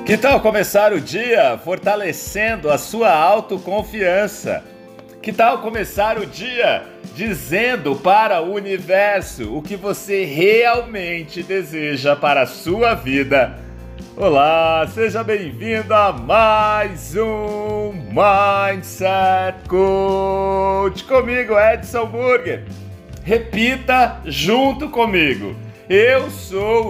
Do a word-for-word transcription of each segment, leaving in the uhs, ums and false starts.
Que tal começar o dia fortalecendo a sua autoconfiança? Que tal começar o dia dizendo para o universo o que você realmente deseja para a sua vida? Olá, seja bem-vindo a mais um Mindset Coach comigo, Edson Burger. Repita junto comigo: eu sou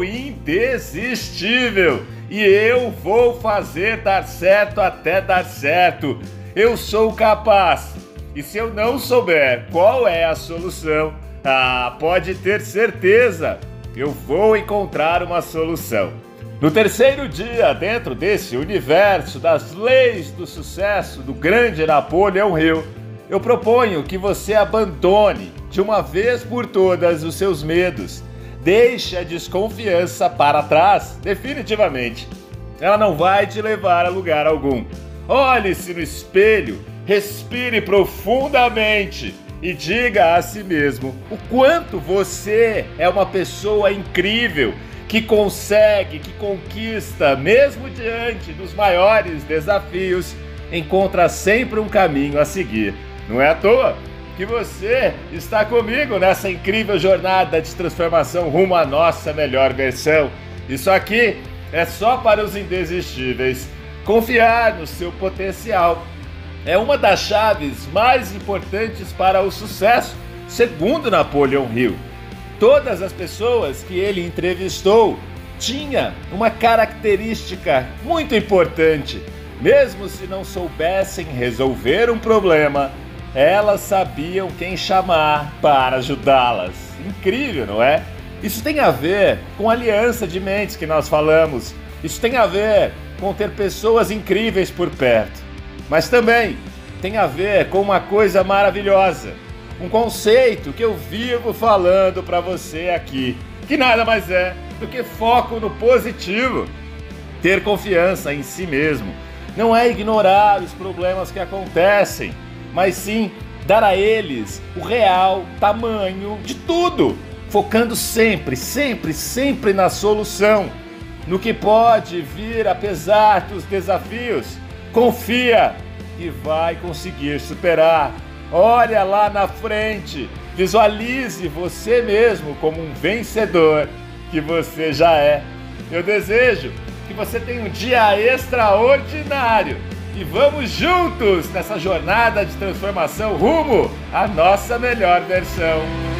indesistível e eu vou fazer dar certo até dar certo. Eu sou capaz. E se eu não souber qual é a solução, ah, pode ter certeza, eu vou encontrar uma solução. No terceiro dia, dentro desse universo das leis do sucesso do grande Napoleão Hill, eu proponho que você abandone de uma vez por todas os seus medos. Deixe a desconfiança para trás, definitivamente. Ela não vai te levar a lugar algum. Olhe-se no espelho, respire profundamente e diga a si mesmo o quanto você é uma pessoa incrível, que consegue, que conquista, mesmo diante dos maiores desafios, encontra sempre um caminho a seguir. Não é à toa que você está comigo nessa incrível jornada de transformação rumo à nossa melhor versão. Isso aqui é só para os indesistíveis. Confiar no seu potencial é uma das chaves mais importantes para o sucesso, segundo Napoleão Hill. Todas as pessoas que ele entrevistou tinham uma característica muito importante. Mesmo se não soubessem resolver um problema, elas sabiam quem chamar para ajudá-las. Incrível, não é? Isso tem a ver com a aliança de mentes que nós falamos. Isso tem a ver com ter pessoas incríveis por perto. Mas também tem a ver com uma coisa maravilhosa. Um conceito que eu vivo falando para você aqui, que nada mais é do que foco no positivo. Ter confiança em si mesmo não é ignorar os problemas que acontecem, mas sim dar a eles o real tamanho de tudo, focando sempre, sempre, sempre na solução, no que pode vir apesar dos desafios. Confia e vai conseguir superar. Olha lá na frente, visualize você mesmo como um vencedor que você já é. Eu desejo que você tenha um dia extraordinário e vamos juntos nessa jornada de transformação rumo à nossa melhor versão.